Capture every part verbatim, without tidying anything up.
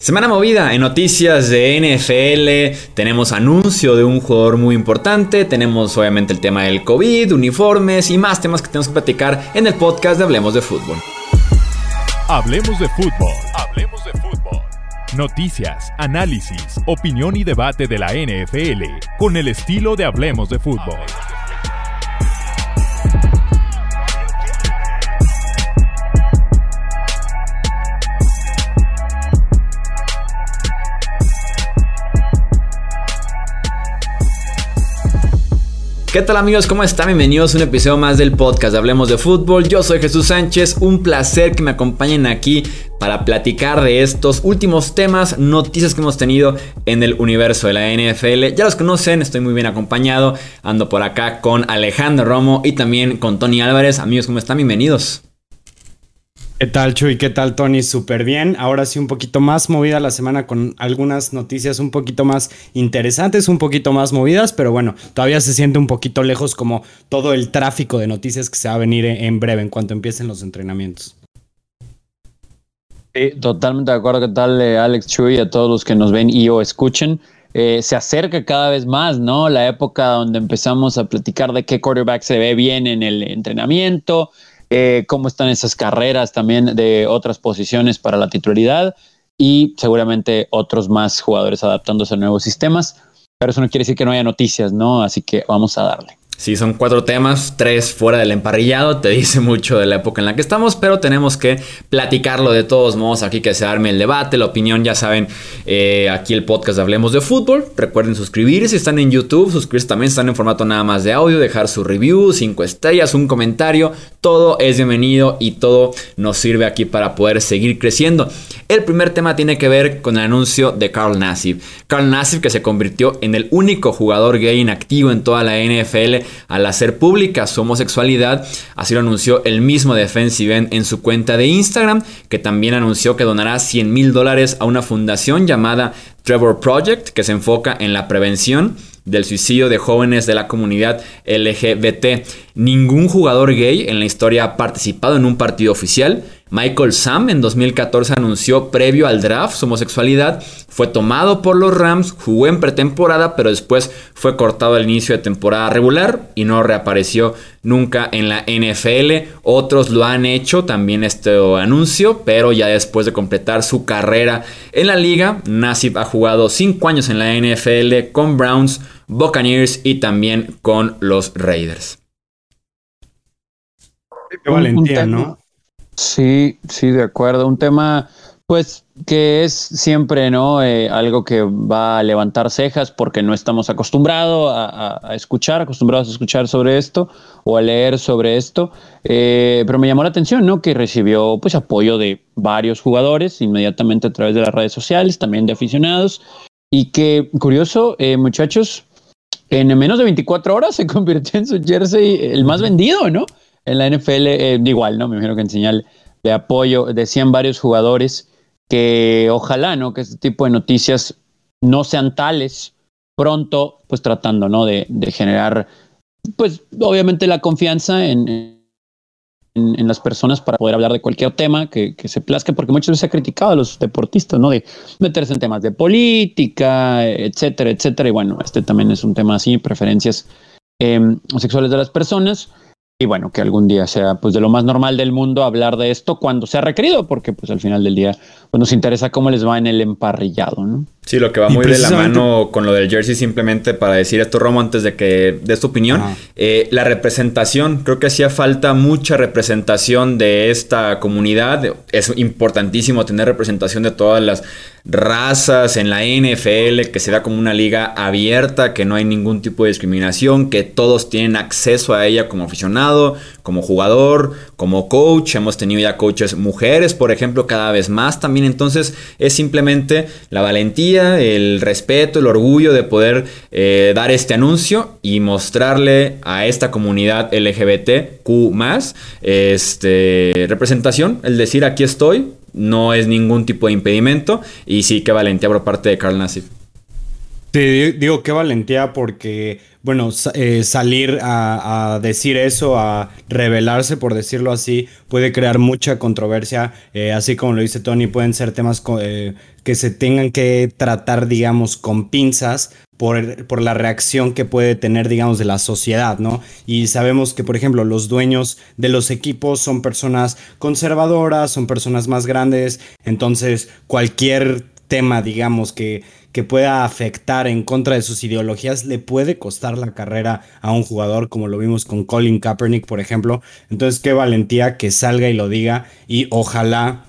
Semana movida en noticias de N F L, tenemos anuncio de un jugador muy importante, tenemos obviamente el tema del COVID, uniformes y más temas que tenemos que platicar en el podcast de Hablemos de Fútbol. Hablemos de Fútbol, hablemos de fútbol. Noticias, análisis, opinión y debate de la N F L con el estilo de Hablemos de Fútbol. ¿Qué tal amigos? ¿Cómo están? Bienvenidos a un episodio más del podcast de Hablemos de Fútbol. Yo soy Jesús Sánchez, un placer que me acompañen aquí para platicar de estos últimos temas, noticias que hemos tenido en el universo de la N F L. Ya los conocen, estoy muy bien acompañado, ando por acá con Alejandro Romo y también con Tony Álvarez. Amigos, ¿cómo están? Bienvenidos. ¿Qué tal, Chuy? ¿Qué tal, Tony? Súper bien. Ahora sí un poquito más movida la semana con algunas noticias un poquito más interesantes, un poquito más movidas, pero bueno, todavía se siente un poquito lejos como todo el tráfico de noticias que se va a venir en breve en cuanto empiecen los entrenamientos. Sí, totalmente de acuerdo. ¿Qué tal, eh, Alex, Chuy, a todos los que nos ven y o escuchen? Eh, se acerca cada vez más, ¿no? La época donde empezamos a platicar de qué quarterback se ve bien en el entrenamiento, Eh, cómo están esas carreras también de otras posiciones para la titularidad y seguramente otros más jugadores adaptándose a nuevos sistemas, pero eso no quiere decir que no haya noticias, ¿no? Así que vamos a darle. Sí, son cuatro temas, tres fuera del emparrillado, te dice mucho de la época en la que estamos, pero tenemos que platicarlo de todos modos, aquí que se arme el debate, la opinión, ya saben, eh, aquí el podcast de Hablemos de Fútbol, recuerden suscribirse, si están en YouTube, suscribirse también, si están en formato nada más de audio, dejar su review, cinco estrellas, un comentario, todo es bienvenido y todo nos sirve aquí para poder seguir creciendo. El primer tema tiene que ver con el anuncio de Carl Nassib. Carl Nassib, que se convirtió en el único jugador gay inactivo en toda la N F L al hacer pública su homosexualidad. Así lo anunció el mismo defensive end en su cuenta de Instagram, que también anunció que donará cien mil dólares a una fundación llamada Trevor Project, que se enfoca en la prevención del suicidio de jóvenes de la comunidad L G B T. Ningún jugador gay en la historia ha participado en un partido oficial. Michael Sam en dos mil catorce anunció previo al draft su homosexualidad, fue tomado por los Rams, jugó en pretemporada, pero después fue cortado al inicio de temporada regular y no reapareció nunca en la N F L. Otros lo han hecho también este anuncio, pero ya después de completar su carrera en la liga, Nassib ha jugado cinco años en la N F L con Browns, Buccaneers y también con los Raiders. Qué valentía, ¿no? Sí, sí, de acuerdo. Un tema, pues, que es siempre, ¿no? Eh, algo que va a levantar cejas porque no estamos acostumbrados a, a, a escuchar, acostumbrados a escuchar sobre esto o a leer sobre esto. Eh, pero me llamó la atención, ¿no? Que recibió, pues, apoyo de varios jugadores inmediatamente a través de las redes sociales, también de aficionados. Y que, curioso, eh, muchachos, en menos de veinticuatro horas se convirtió en su jersey el más vendido, ¿no? En la N F L, eh, igual, ¿no? Me imagino que en señal de apoyo decían varios jugadores que ojalá, ¿no? Que este tipo de noticias no sean tales pronto, pues tratando, ¿no? De, de generar, pues obviamente la confianza en, en, en las personas para poder hablar de cualquier tema que, que se plazca, porque muchas veces se ha criticado a los deportistas, ¿no? De meterse en temas de política, etcétera, etcétera. Y bueno, este también es un tema así, preferencias eh, sexuales de las personas. Y bueno, que algún día sea pues de lo más normal del mundo hablar de esto cuando sea requerido, porque pues al final del día pues, nos interesa cómo les va en el emparrillado, ¿no? Sí, lo que va muy de la mano con lo del jersey, simplemente para decir esto, Romo, antes de que des tu opinión, eh, la representación, creo que hacía falta mucha representación de esta comunidad. Es importantísimo tener representación de todas las razas en la N F L, que se da como una liga abierta, que no hay ningún tipo de discriminación, que todos tienen acceso a ella como aficionado, como jugador, como coach. Hemos tenido ya coaches mujeres, por ejemplo, cada vez más también. Entonces es simplemente la valentía, el respeto, el orgullo de poder eh, dar este anuncio y mostrarle a esta comunidad L G B T Q más, este, representación, el decir aquí estoy, no es ningún tipo de impedimento. Y sí, qué valentía por parte de Carl Nassib. Sí, digo, qué valentía porque, bueno, sa- eh, salir a, a decir eso, a rebelarse, por decirlo así, puede crear mucha controversia, eh, así como lo dice Tony, pueden ser temas co- eh, que se tengan que tratar, digamos, con pinzas por, por la reacción que puede tener, digamos, de la sociedad, ¿no? Y sabemos que, por ejemplo, los dueños de los equipos son personas conservadoras, son personas más grandes, entonces cualquier tema, digamos, que que pueda afectar en contra de sus ideologías le puede costar la carrera a un jugador, como lo vimos con Colin Kaepernick, por ejemplo. Entonces, qué valentía que salga y lo diga y ojalá,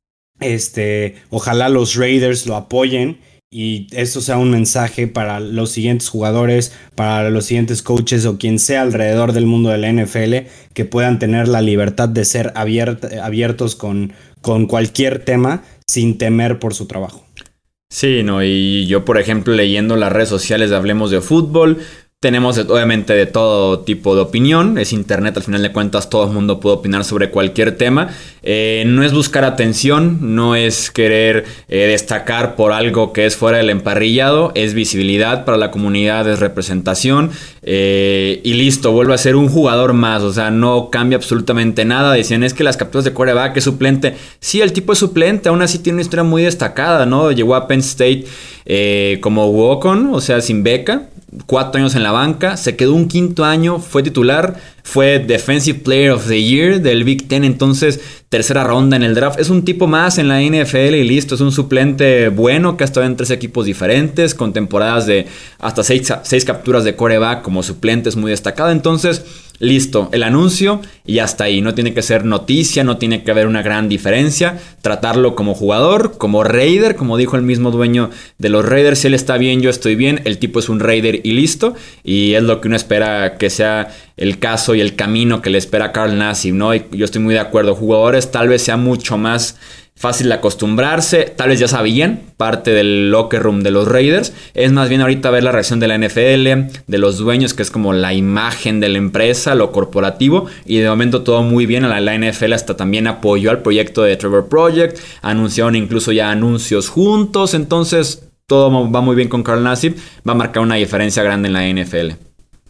este, ojalá los Raiders lo apoyen y eso sea un mensaje para los siguientes jugadores, para los siguientes coaches o quien sea alrededor del mundo de la N F L, que puedan tener la libertad de ser abiert- abiertos con, con cualquier tema sin temer por su trabajo. Sí, no, y yo, por ejemplo, leyendo las redes sociales de Hablemos de Fútbol, tenemos obviamente de todo tipo de opinión. Es internet, al final de cuentas todo el mundo puede opinar sobre cualquier tema. Eh, no es buscar atención, no es querer eh, destacar por algo que es fuera del emparrillado, es visibilidad para la comunidad, es representación eh, y listo, vuelve a ser un jugador más. O sea, no cambia absolutamente nada. Decían, es que las capturas de quarterback es suplente. Sí, el tipo es suplente, aún así tiene una historia muy destacada, ¿no? Llegó a Penn State eh, como walk-on, o sea, sin beca. Cuatro años en la banca, se quedó un quinto año, fue titular, fue Defensive Player of the Year del Big Ten, entonces tercera ronda en el draft. Es un tipo más en la N F L y listo, es un suplente bueno que ha estado en tres equipos diferentes, con temporadas de hasta seis, seis capturas de quarterback como suplente, es muy destacado. Entonces, listo, el anuncio y hasta ahí. No tiene que ser noticia, no tiene que haber una gran diferencia. Tratarlo como jugador, como Raider, como dijo el mismo dueño de los Raiders. Si él está bien, yo estoy bien. El tipo es un Raider y listo. Y es lo que uno espera que sea el caso y el camino que le espera a Carl Nassib, ¿no? Y yo estoy muy de acuerdo. Jugadores tal vez sea mucho más fácil de acostumbrarse, tal vez ya sabían, parte del locker room de los Raiders. Es más bien ahorita ver la reacción de la N F L, de los dueños, que es como la imagen de la empresa, lo corporativo. Y de momento todo muy bien. La, la N F L hasta también apoyó al proyecto de Trevor Project. Anunciaron incluso ya anuncios juntos. Entonces todo va muy bien con Carl Nassib. Va a marcar una diferencia grande en la N F L.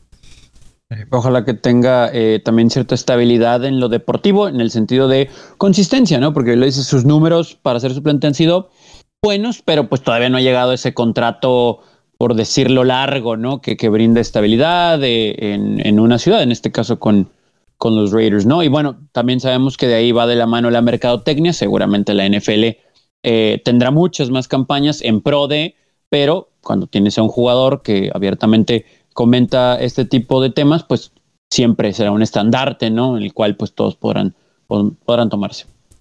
Ojalá que tenga eh, también cierta estabilidad en lo deportivo, en el sentido de consistencia, ¿no? Porque lo dices, sus números para ser suplente han sido buenos, pero pues todavía no ha llegado ese contrato, por decirlo largo, ¿no? Que, que brinda estabilidad eh, en, en una ciudad, en este caso con, con los Raiders, ¿no? Y bueno, también sabemos que de ahí va de la mano la mercadotecnia. Seguramente la N F L eh, tendrá muchas más campañas en pro de, pero cuando tienes a un jugador que abiertamente comenta este tipo de temas, pues siempre será un estandarte, ¿no? En el cual pues todos podrán, podrán tomarse.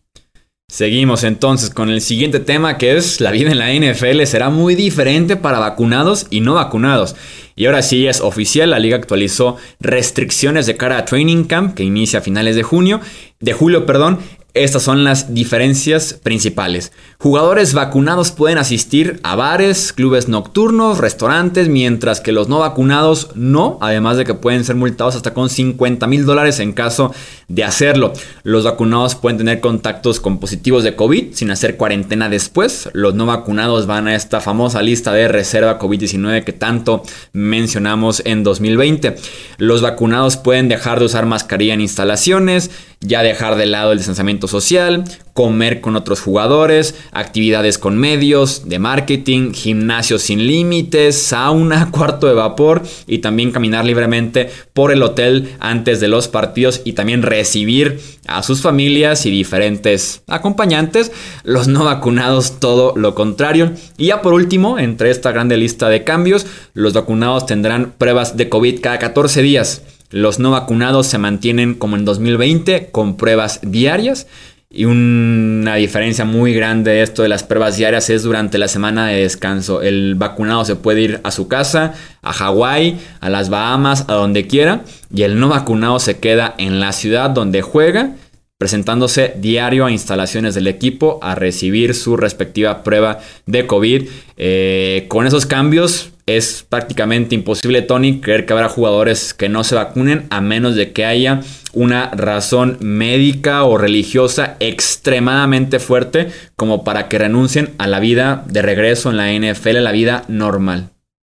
Seguimos entonces con el siguiente tema, que es la vida en la N F L será muy diferente para vacunados y no vacunados. Y ahora sí es oficial, la liga actualizó restricciones de cara a Training Camp, que inicia a finales de junio, de julio, perdón. Estas son las diferencias principales. Jugadores vacunados pueden asistir a bares, clubes nocturnos, restaurantes, mientras que los no vacunados no, además de que pueden ser multados hasta con cincuenta mil dólares en caso de hacerlo. Los vacunados pueden tener contactos con positivos de COVID sin hacer cuarentena después. Los no vacunados van a esta famosa lista de reserva COVID diecinueve que tanto mencionamos en dos mil veinte. Los vacunados pueden dejar de usar mascarilla en instalaciones, ya dejar de lado el distanciamiento social, comer con otros jugadores, actividades con medios de marketing, gimnasio sin límites, sauna, cuarto de vapor y también caminar libremente por el hotel antes de los partidos y también recibir a sus familias y diferentes acompañantes. Los no vacunados todo lo contrario. Y ya por último, entre esta grande lista de cambios, los vacunados tendrán pruebas de COVID cada catorce días. Los no vacunados se mantienen como en dos mil veinte con pruebas diarias. Y una diferencia muy grande de esto de las pruebas diarias es durante la semana de descanso. El vacunado se puede ir a su casa, a Hawái, a las Bahamas, a donde quiera. Y el no vacunado se queda en la ciudad donde juega, presentándose diario a instalaciones del equipo a recibir su respectiva prueba de COVID. Eh, con esos cambios es prácticamente imposible, Tony, creer que habrá jugadores que no se vacunen a menos de que haya una razón médica o religiosa extremadamente fuerte como para que renuncien a la vida de regreso en la N F L, la vida normal.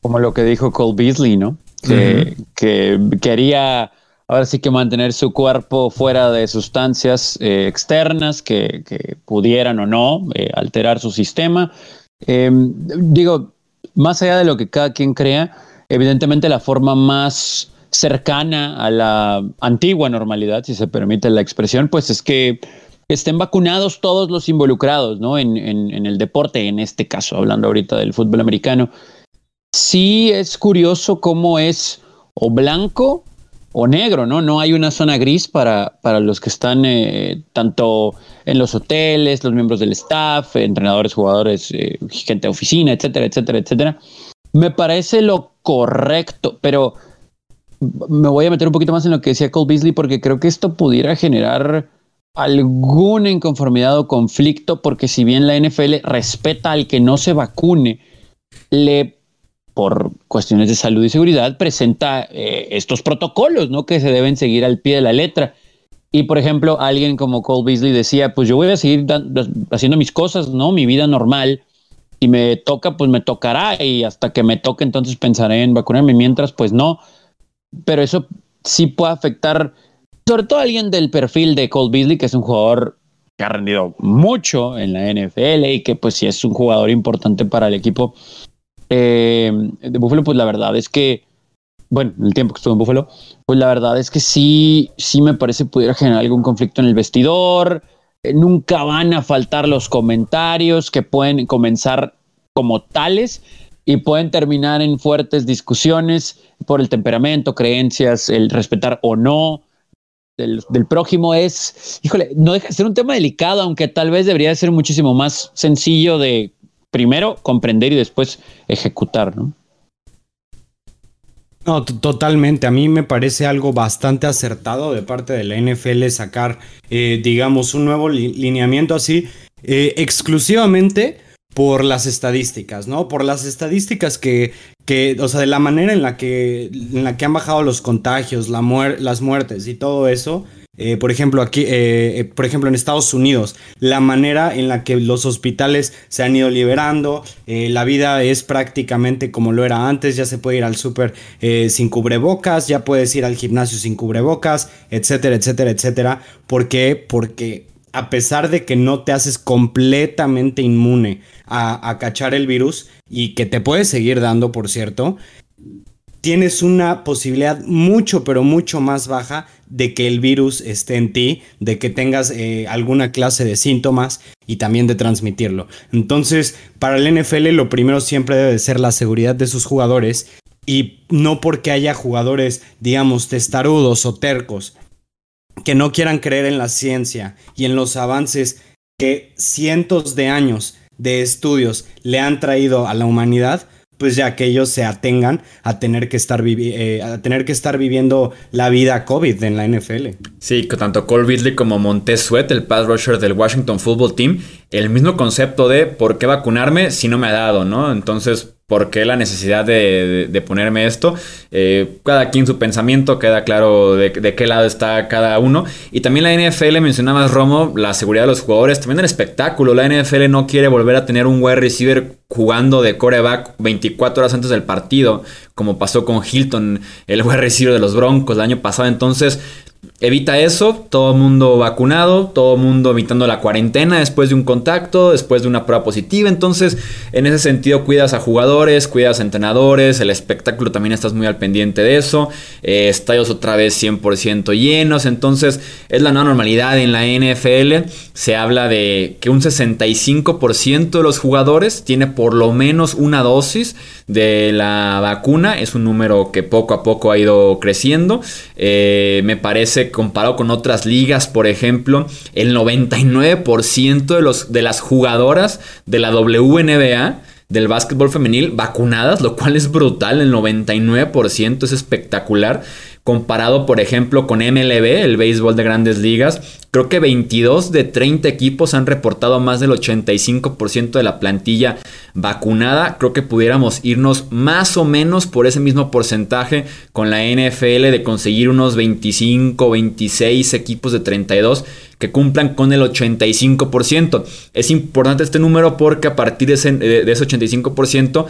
Como lo que dijo Cole Beasley, ¿no? Que, uh-huh. que quería ahora sí que mantener su cuerpo fuera de sustancias eh, externas que, que pudieran o no eh, alterar su sistema. Eh, digo, más allá de lo que cada quien crea, evidentemente la forma más cercana a la antigua normalidad, si se permite la expresión, pues es que estén vacunados todos los involucrados, ¿no? En, en, en el deporte, en este caso, hablando ahorita del fútbol americano. Sí es curioso cómo es o blanco o negro, ¿no? No hay una zona gris para, para los que están eh, tanto en los hoteles, los miembros del staff, entrenadores, jugadores, eh, gente de oficina, etcétera, etcétera, etcétera. Me parece lo correcto, pero me voy a meter un poquito más en lo que decía Cole Beasley porque creo que esto pudiera generar alguna inconformidad o conflicto, porque si bien la N F L respeta al que no se vacune, le por cuestiones de salud y seguridad, presenta eh, estos protocolos, ¿no? Que se deben seguir al pie de la letra. Y, por ejemplo, alguien como Cole Beasley decía, pues yo voy a seguir da- haciendo mis cosas, ¿no? Mi vida normal. Si me toca, pues me tocará. Y hasta que me toque, entonces pensaré en vacunarme. Mientras, pues no. Pero eso sí puede afectar, sobre todo a alguien del perfil de Cole Beasley, que es un jugador que ha rendido mucho en la N F L y que, pues, sí es un jugador importante para el equipo Eh, de Buffalo. Pues la verdad es que, bueno, el tiempo que estuve en Buffalo, pues la verdad es que sí, sí me parece pudiera generar algún conflicto en el vestidor. Eh, nunca van a faltar los comentarios que pueden comenzar como tales y pueden terminar en fuertes discusiones por el temperamento, creencias, el respetar o no del, del prójimo. Es, híjole, no deja de ser un tema delicado, aunque tal vez debería ser muchísimo más sencillo de primero comprender y después ejecutar, ¿no? No, t- totalmente. A mí me parece algo bastante acertado de parte de la N F L sacar, eh, digamos, un nuevo li- lineamiento así, eh, exclusivamente por las estadísticas, ¿no? Por las estadísticas que, que, o sea, de la manera en la que, en la que han bajado los contagios, la muer- las muertes y todo eso. Eh, por ejemplo, aquí, eh, eh, por ejemplo, en Estados Unidos, la manera en la que los hospitales se han ido liberando, eh, la vida es prácticamente como lo era antes. Ya se puede ir al súper eh, sin cubrebocas, ya puedes ir al gimnasio sin cubrebocas, etcétera, etcétera, etcétera. ¿Por qué? Porque a pesar de que no te haces completamente inmune a, a cachar el virus y que te puede seguir dando, por cierto, tienes una posibilidad mucho, pero mucho más baja de que el virus esté en ti, de que tengas eh, alguna clase de síntomas y también de transmitirlo. Entonces, para el N F L lo primero siempre debe de ser la seguridad de sus jugadores, y no porque haya jugadores, digamos, testarudos o tercos que no quieran creer en la ciencia y en los avances que cientos de años de estudios le han traído a la humanidad, pues ya que ellos se atengan a tener que estar vivi- eh, a tener que estar viviendo la vida COVID en la N F L. Sí, tanto Cole Beasley como Montez Sweat, el pass rusher del Washington Football Team, el mismo concepto de ¿por qué vacunarme si no me ha dado, no? Entonces, ¿por qué la necesidad de, de, de ponerme esto? Eh, cada quien su pensamiento, queda claro de, de qué lado está cada uno. Y también la N F L, mencionabas, Romo, la seguridad de los jugadores, también el espectáculo. La N F L no quiere volver a tener un wide receiver jugando de quarterback veinticuatro horas antes del partido, como pasó con Hilton, el wide receiver de los Broncos el año pasado. Entonces, evita eso, todo el mundo vacunado, todo el mundo evitando la cuarentena después de un contacto, después de una prueba positiva. Entonces, en ese sentido, cuidas a jugadores, cuidas a entrenadores, el espectáculo también estás muy al pendiente de eso. Eh, estadios otra vez cien por ciento llenos. Entonces, es la nueva normalidad en la N F L. Se habla de que un sesenta y cinco por ciento de los jugadores tiene por lo menos una dosis de la vacuna. Es un número que poco a poco ha ido creciendo. Eh, me parece, comparado con otras ligas, por ejemplo, el noventa y nueve por ciento de, los, de las jugadoras de la W N B A, del básquetbol femenil, vacunadas, lo cual es brutal. El noventa y nueve por ciento es espectacular. Comparado, por ejemplo, con M L B, el béisbol de Grandes Ligas, creo que veintidós de treinta equipos han reportado más del ochenta y cinco por ciento de la plantilla vacunada. Creo que pudiéramos irnos más o menos por ese mismo porcentaje con la N F L, de conseguir unos veinticinco, veintiséis equipos de treinta y dos que cumplan con el ochenta y cinco por ciento. Es importante este número porque a partir de ese, de ese ochenta y cinco por ciento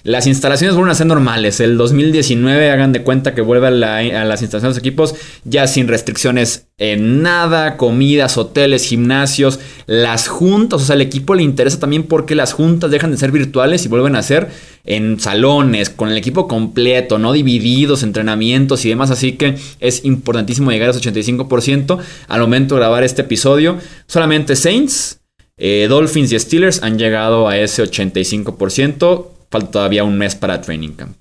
las instalaciones vuelven a ser normales. El dos mil diecinueve, hagan de cuenta que vuelve a, la, a las instalaciones de equipos ya sin restricciones en nada, comidas, hoteles, gimnasios, las juntas. O sea, al equipo le interesa también porque las juntas dejan de ser virtuales y vuelven a ser en salones, con el equipo completo, no divididos, entrenamientos y demás. Así que es importantísimo llegar a ese ochenta y cinco por ciento. Al momento de grabar este episodio, solamente Saints, eh, Dolphins y Steelers han llegado a ese ochenta y cinco por ciento. Falta todavía un mes para training camp.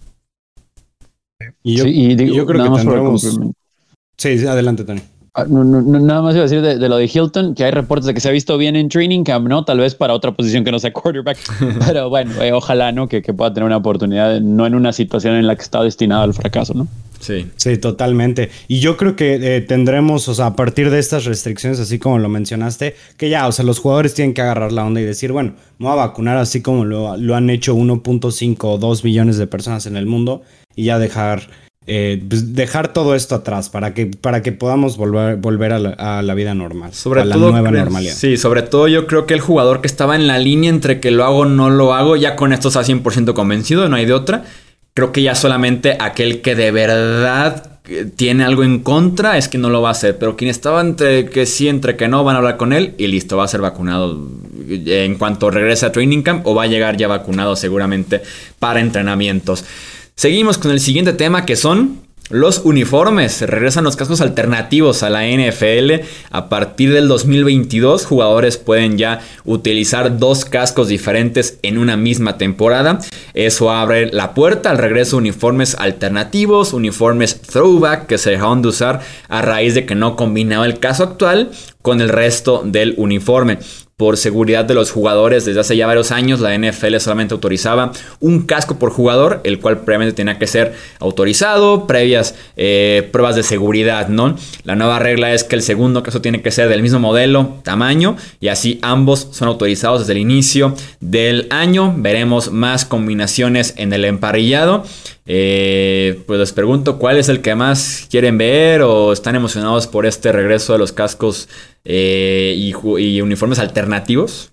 Y yo, sí, y digo, yo creo que tendremos... Sí, sí, adelante, Tony. Ah, no, no, no, nada más iba a decir de, de lo de Hilton, que hay reportes de que se ha visto bien en training camp, ¿no? Tal vez para otra posición que no sea quarterback. Pero bueno, eh, ojalá, ¿no? Que, que pueda tener una oportunidad, no en una situación en la que está destinado al fracaso, ¿no? Sí. Sí, totalmente. Y yo creo que eh, tendremos, o sea, a partir de estas restricciones, así como lo mencionaste, que ya, o sea, los jugadores tienen que agarrar la onda y decir, bueno, me voy a vacunar así como lo, lo han hecho uno punto cinco o dos billones de personas en el mundo y ya dejar, eh, pues dejar todo esto atrás para que, para que podamos volver, volver a, la, a la vida normal, sobre a la todo, nueva creo, normalidad. Sí, sobre todo yo creo que el jugador que estaba en la línea entre que lo hago o no lo hago, ya con esto está cien por ciento convencido, no hay de otra. Creo que ya solamente aquel que de verdad tiene algo en contra es que no lo va a hacer. Pero quien estaba entre que sí, entre que no, van a hablar con él y listo, va a ser vacunado en cuanto regrese a training camp o va a llegar ya vacunado seguramente para entrenamientos. Seguimos con el siguiente tema, que son los uniformes. Regresan los cascos alternativos a la N F L. A partir del dos mil veintidós, jugadores pueden ya utilizar dos cascos diferentes en una misma temporada. Eso abre la puerta al regreso de uniformes alternativos, uniformes throwback, que se dejaron de usar a raíz de que no combinaba el casco actual con el resto del uniforme. Por seguridad de los jugadores, desde hace ya varios años la N F L solamente autorizaba un casco por jugador, el cual previamente tenía que ser autorizado, previas eh, pruebas de seguridad, ¿no? La nueva regla es que el segundo casco tiene que ser del mismo modelo, tamaño, y así ambos son autorizados desde el inicio del año. Veremos más combinaciones en el emparrillado. Eh, pues les pregunto, ¿cuál es el que más quieren ver o están emocionados por este regreso de los cascos eh, y, y uniformes alternativos?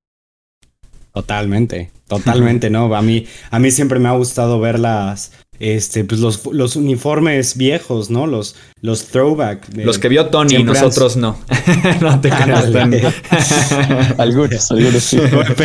Totalmente, totalmente, ¿no? A mí, a mí siempre me ha gustado ver las, este, pues los, los uniformes viejos, ¿no? Los, los throwback. De, los que vio Tony y nosotros han... no. No te creas, Tony. Algunos, algunos sí.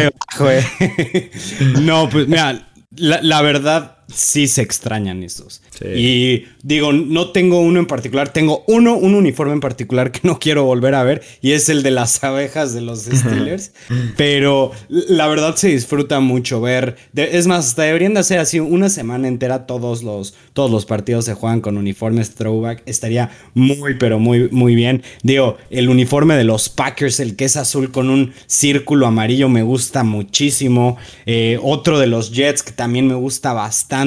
No, pues mira, la, la verdad sí se extrañan estos. Sí. Y digo, no tengo uno en particular, tengo uno, un uniforme en particular que no quiero volver a ver y es el de las abejas de los Steelers. Pero la verdad se disfruta mucho ver. De, es más, hasta deberían de hacer así una semana entera todos los, todos los partidos se juegan con uniformes throwback. Estaría muy, pero muy, muy bien. Digo, el uniforme de los Packers, el que es azul con un círculo amarillo, me gusta muchísimo. Eh, otro de los Jets que también me gusta bastante.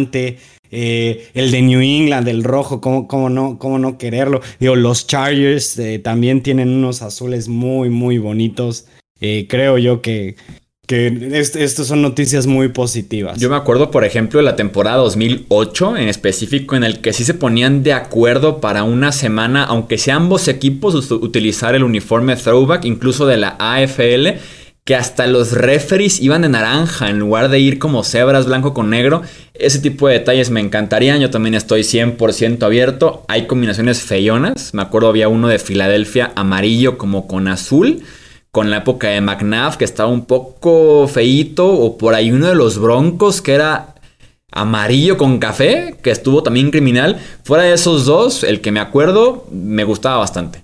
Eh, el de New England, el rojo, ¿cómo, cómo, no, cómo no quererlo? Digo, los Chargers eh, también tienen unos azules muy, muy bonitos. Eh, creo yo que, que est- estos son noticias muy positivas. Yo me acuerdo, por ejemplo, de la temporada dos mil ocho en específico, en el que sí se ponían de acuerdo para una semana, aunque sea ambos equipos, ut- utilizar el uniforme throwback, incluso de la A F L, que hasta los referees iban de naranja en lugar de ir como cebras blanco con negro. Ese tipo de detalles me encantarían. Yo también estoy cien por ciento abierto. Hay combinaciones feyonas. Me acuerdo había uno de Filadelfia amarillo como con azul, con la época de McNabb, que estaba un poco feíto. O por ahí uno de los Broncos que era amarillo con café, que estuvo también criminal. Fuera de esos dos, el que me acuerdo me gustaba bastante.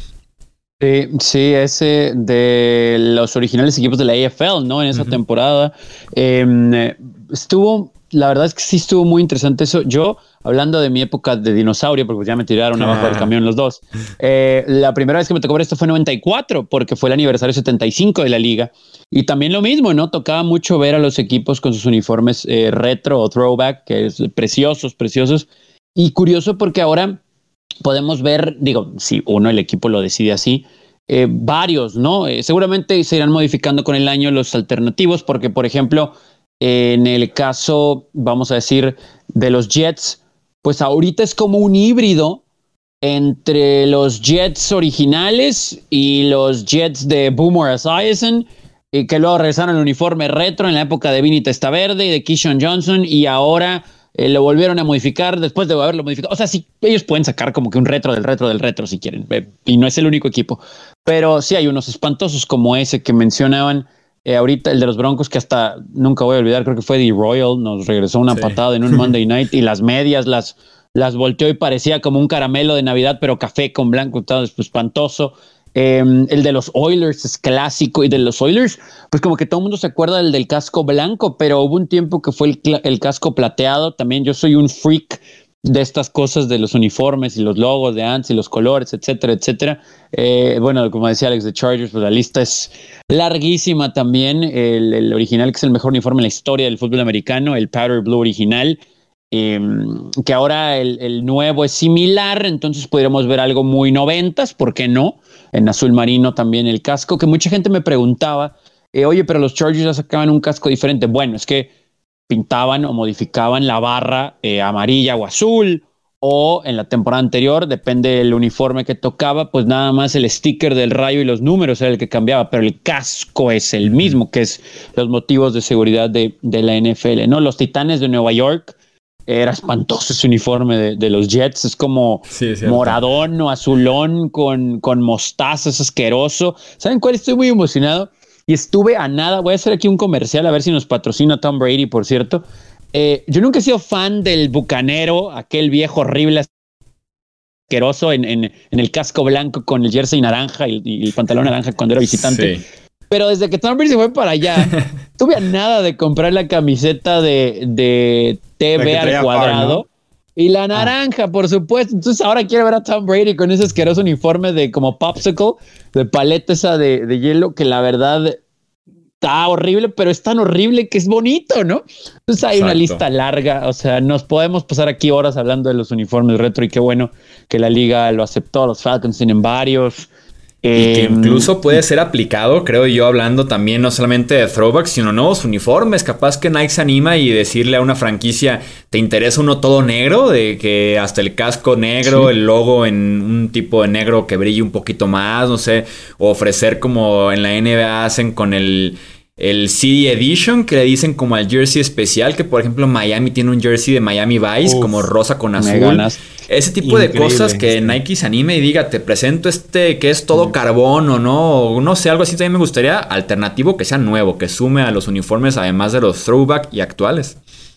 Sí, sí, ese de los originales equipos de la A F L, ¿no? En esa uh-huh. temporada. Eh, estuvo, la verdad es que sí estuvo muy interesante eso. Yo, hablando de mi época de dinosaurio, porque ya me tiraron abajo del camión los dos, eh, la primera vez que me tocó ver esto fue en noventa y cuatro, porque fue el aniversario setenta y cinco de la liga. Y también lo mismo, ¿no? Tocaba mucho ver a los equipos con sus uniformes eh, retro o throwback, que es preciosos, preciosos. Y curioso porque ahora podemos ver, digo, si uno, el equipo lo decide así, eh, varios, ¿no? Eh, seguramente se irán modificando con el año los alternativos, porque, por ejemplo, eh, en el caso, vamos a decir, de los Jets, pues ahorita es como un híbrido entre los Jets originales y los Jets de Boomer Esiason, y que luego regresaron al uniforme retro en la época de Vinny Testaverde y de Keyshawn Johnson, y ahora eh, lo volvieron a modificar después de haberlo modificado. O sea, sí, ellos pueden sacar como que un retro del retro del retro si quieren, eh, y no es el único equipo. Pero sí hay unos espantosos como ese que mencionaban eh, ahorita, el de los Broncos, que hasta nunca voy a olvidar, creo que fue The Royal, nos regresó una sí. patada en un Monday Night, y las medias las, las volteó y parecía como un caramelo de Navidad, pero café con blanco, estaba espantoso. Eh, el de los Oilers es clásico, y de los Oilers, pues como que todo el mundo se acuerda del del casco blanco, pero hubo un tiempo que fue el, el casco plateado. También yo soy un freak de estas cosas de los uniformes y los logos de antes y los colores, etcétera, etcétera. Eh, bueno, como decía Alex de Chargers, pues la lista es larguísima también. El, el original, que es el mejor uniforme en la historia del fútbol americano, el Powder Blue original. Eh, que ahora el, el nuevo es similar, entonces podríamos ver algo muy noventas, ¿por qué no? En azul marino también el casco, que mucha gente me preguntaba, eh, oye, pero los Chargers ya sacaban un casco diferente. Bueno, es que pintaban o modificaban la barra eh, amarilla o azul, o en la temporada anterior, depende del uniforme que tocaba, pues nada más el sticker del rayo y los números era el que cambiaba, pero el casco es el mismo, que es los motivos de seguridad de, de la N F L, ¿no? Los Titanes de Nueva York, era espantoso ese uniforme de, de los Jets, es como sí, moradón o azulón con, con mostaza, es asqueroso. ¿Saben cuál? Estoy muy emocionado y estuve a nada, voy a hacer aquí un comercial a ver si nos patrocina Tom Brady, por cierto. Eh, yo nunca he sido fan del bucanero, aquel viejo horrible asqueroso en, en, en el casco blanco con el jersey naranja y, y el pantalón naranja cuando era visitante. Sí. Pero desde que Tom Brady se fue para allá, tuve a nada de comprar la camiseta de, de T V al cuadrado, par, ¿no? Y la naranja, ah. por supuesto. Entonces ahora quiero ver a Tom Brady con ese asqueroso uniforme de como popsicle, de paleta esa de, de hielo, que la verdad está horrible, pero es tan horrible que es bonito, ¿no? Entonces hay Exacto. una lista larga, o sea, nos podemos pasar aquí horas hablando de los uniformes retro, y qué bueno que la liga lo aceptó. Los Falcons tienen varios. Y que incluso puede ser aplicado, creo yo, hablando también no solamente de throwbacks, sino nuevos uniformes. Capaz que Nike se anima y decirle a una franquicia, ¿te interesa uno todo negro? De que hasta el casco negro, sí. el logo en un tipo de negro que brille un poquito más, no sé. O ofrecer como en la N B A hacen con el... el C D Edition, que le dicen como al jersey especial, que por ejemplo Miami tiene un jersey de Miami Vice, Uf, como rosa con azul. Ese tipo Increíble, de cosas que sí. Nike se anime y diga, te presento este que es todo sí. carbón o no, o no sé, algo así también me gustaría, alternativo, que sea nuevo, que sume a los uniformes además de los throwback y actuales.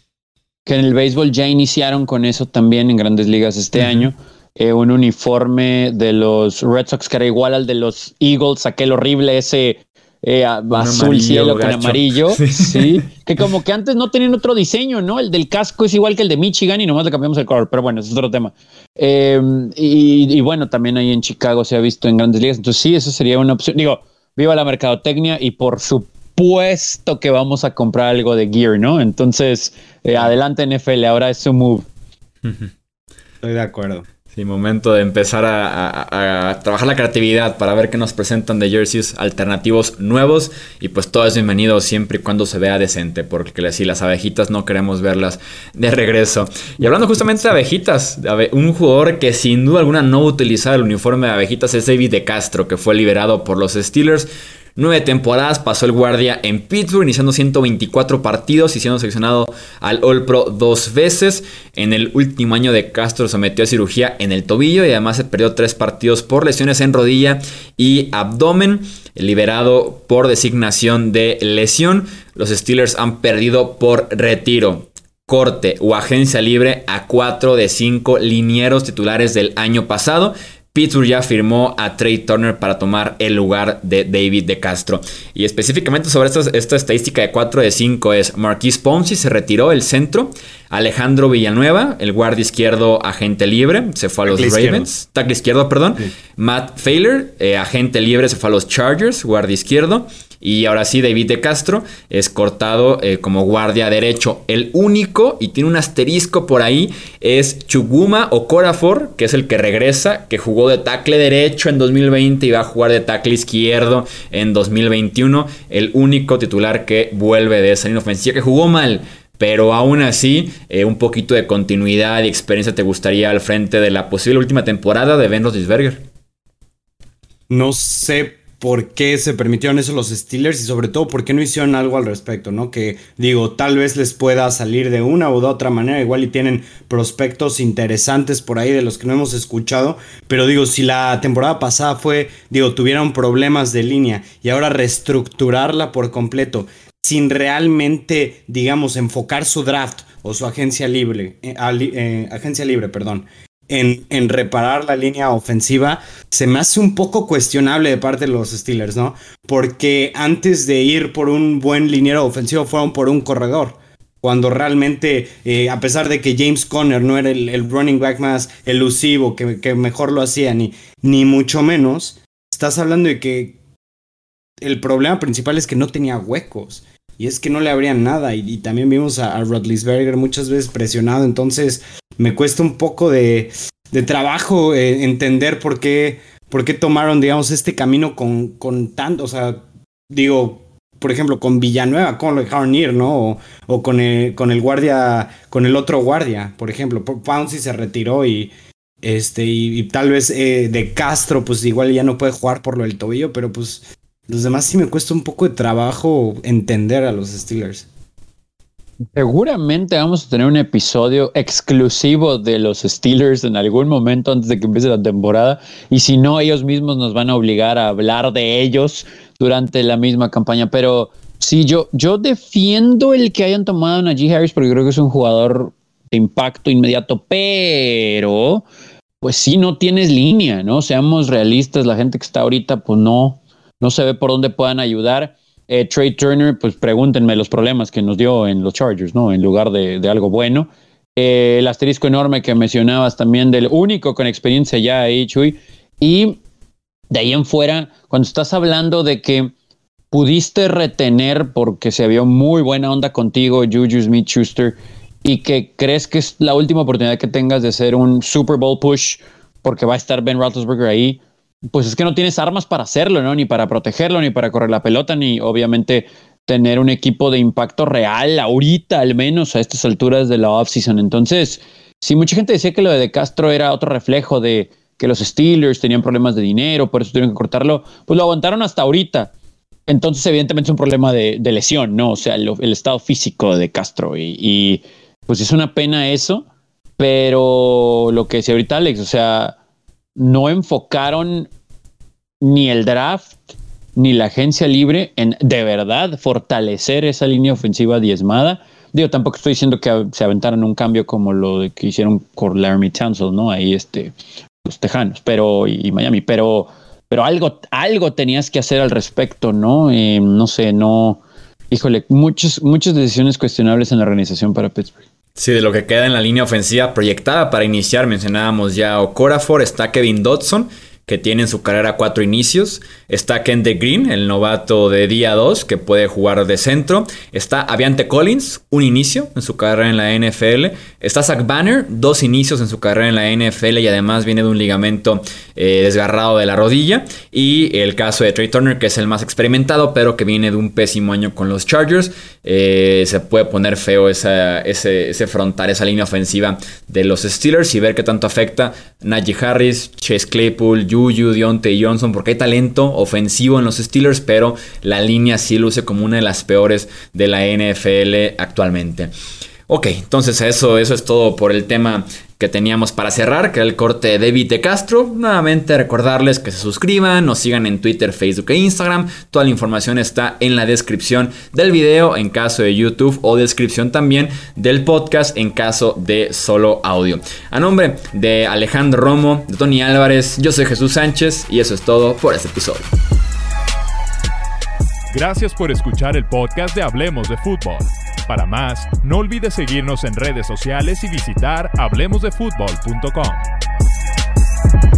Que en el béisbol ya iniciaron con eso también en Grandes Ligas este uh-huh. año. Eh, un uniforme de los Red Sox que era igual al de los Eagles, aquel horrible ese... Eh, azul cielo gacho. Con amarillo, sí. sí, que como que antes no tenían otro diseño, ¿no? El del casco es igual que el de Michigan y nomás le cambiamos el color, pero bueno, ese es otro tema. Eh, y, y bueno, también ahí en Chicago se ha visto en Grandes Ligas, entonces sí, eso sería una opción. Digo, viva la mercadotecnia y por supuesto que vamos a comprar algo de gear, ¿no? Entonces, eh, adelante N F L, ahora es su move. Estoy de acuerdo. Sí, momento de empezar a, a, a trabajar la creatividad para ver qué nos presentan de jerseys alternativos nuevos. Y pues todo es bienvenido siempre y cuando se vea decente, porque si las abejitas no queremos verlas de regreso. Y hablando justamente de abejitas, un jugador que sin duda alguna no utilizaba el uniforme de abejitas es David De Castro, que fue liberado por los Steelers. Nueve temporadas pasó el guardia en Pittsburgh, iniciando ciento veinticuatro partidos y siendo seleccionado al All-Pro dos veces. En el último año de Castro sometió a cirugía en el tobillo y además se perdió tres partidos por lesiones en rodilla y abdomen. Liberado por designación de lesión, los Steelers han perdido por retiro, corte o agencia libre a cuatro de cinco linieros titulares del año pasado. Pittsburgh ya firmó a Trey Turner para tomar el lugar de David De Castro. Y específicamente sobre esta, esta estadística de cuatro de cinco es Marquise Pouncey se retiró, el centro. Alejandro Villanueva, el guardia izquierdo, agente libre, se fue a los Tackle Ravens. Izquierdo. Tackle izquierdo, perdón. Sí. Matt Failer, eh, agente libre, se fue a los Chargers, guardia izquierdo. Y ahora sí, David De Castro es cortado eh, como guardia derecho. El único, y tiene un asterisco por ahí, es Chukwuma Okorafor, que es el que regresa, que jugó de tackle derecho en dos mil veinte y va a jugar de tackle izquierdo en dos mil veintiuno. El único titular que vuelve de esa línea ofensiva, que jugó mal. Pero aún así, eh, un poquito de continuidad y experiencia te gustaría al frente de la posible última temporada de Ben Roethlisberger. No sé por qué se permitieron eso los Steelers y sobre todo por qué no hicieron algo al respecto, ¿no? Que digo, tal vez les pueda salir de una u de otra manera, igual y tienen prospectos interesantes por ahí de los que no hemos escuchado, pero digo, si la temporada pasada fue, digo, tuvieron problemas de línea y ahora reestructurarla por completo sin realmente, digamos, enfocar su draft o su agencia libre, eh, eh, agencia libre, perdón, En, en reparar la línea ofensiva, se me hace un poco cuestionable de parte de los Steelers, ¿no? Porque antes de ir por un buen liniero ofensivo fueron por un corredor, cuando realmente, eh, a pesar de que James Conner no era el, el running back más elusivo, que, que mejor lo hacía, ni, ni mucho menos, estás hablando de que el problema principal es que no tenía huecos. Y es que no le abrían nada. Y, y también vimos a, a Roethlisberger muchas veces presionado. Entonces me cuesta un poco de, de trabajo eh, entender por qué, por qué tomaron, digamos, este camino con, con tanto. O sea, digo, por ejemplo, con Villanueva, con lo dejaron ir, ¿no? O, o con, el, con el guardia, con el otro guardia, por ejemplo. Pouncey se retiró y, este, y, y tal vez eh, de Castro, pues igual ya no puede jugar por lo del tobillo, pero pues... Los demás sí me cuesta un poco de trabajo entender a los Steelers. Seguramente vamos a tener un episodio exclusivo de los Steelers en algún momento antes de que empiece la temporada. Y si no, ellos mismos nos van a obligar a hablar de ellos durante la misma campaña. Pero sí, yo, yo defiendo el que hayan tomado a Najee Harris porque creo que es un jugador de impacto inmediato. Pero, pues sí, no tienes línea, ¿no? Seamos realistas, la gente que está ahorita, pues no... No se ve por dónde puedan ayudar. Eh, Trey Turner, pues pregúntenme los problemas que nos dio en los Chargers, ¿no? En lugar de, de algo bueno. Eh, el asterisco enorme que mencionabas también del único con experiencia ya ahí, Chuy. Y de ahí en fuera, cuando estás hablando de que pudiste retener porque se vio muy buena onda contigo, Juju Smith-Schuster, y que crees que es la última oportunidad que tengas de hacer un Super Bowl push porque va a estar Ben Roethlisberger ahí, pues es que no tienes armas para hacerlo, ¿no? Ni para protegerlo, ni para correr la pelota, ni obviamente tener un equipo de impacto real ahorita, al menos a estas alturas de la offseason. Entonces, si mucha gente decía que lo de De Castro era otro reflejo de que los Steelers tenían problemas de dinero, por eso tuvieron que cortarlo, pues lo aguantaron hasta ahorita. Entonces, evidentemente es un problema de, de lesión, ¿no? O sea, lo, el estado físico de Castro. Y, y pues es una pena eso, pero lo que decía ahorita Alex, o sea... no enfocaron ni el draft ni la agencia libre en de verdad fortalecer esa línea ofensiva diezmada. Digo, tampoco estoy diciendo que se aventaran un cambio como lo de que hicieron con Laremy Tunsil, ¿no? Ahí este, los Tejanos pero, y, y Miami, pero, pero algo, algo tenías que hacer al respecto, ¿no? Eh, no sé, no... Híjole, muchos, muchas decisiones cuestionables en la organización para Pittsburgh. Sí, de lo que queda en la línea ofensiva proyectada para iniciar, mencionábamos ya a Okorafor, está Kevin Dodson, que tiene en su carrera cuatro inicios. Está Kendrick Green, el novato de día dos, que puede jugar de centro. Está Aviante Collins, un inicio en su carrera en la N F L. Está Zach Banner, dos inicios en su carrera en la N F L y además viene de un ligamento eh, desgarrado de la rodilla. Y el caso de Trey Turner, que es el más experimentado, pero que viene de un pésimo año con los Chargers. Eh, se puede poner feo esa, ese, ese frontal, esa línea ofensiva de los Steelers y ver qué tanto afecta Najee Harris, Chase Claypool, Juju, Diontae Johnson, porque hay talento ofensivo en los Steelers, pero la línea sí luce como una de las peores de la N F L actualmente. Ok, entonces eso, eso es todo por el tema que teníamos para cerrar, que era el corte de David De Castro. Nuevamente recordarles que se suscriban, nos sigan en Twitter, Facebook e Instagram. Toda la información está en la descripción del video en caso de YouTube o descripción también del podcast en caso de solo audio. A nombre de Alejandro Romo, de Tony Álvarez, yo soy Jesús Sánchez y eso es todo por este episodio. Gracias por escuchar el podcast de Hablemos de Fútbol. Para más, no olvides seguirnos en redes sociales y visitar hablemos de fútbol punto com.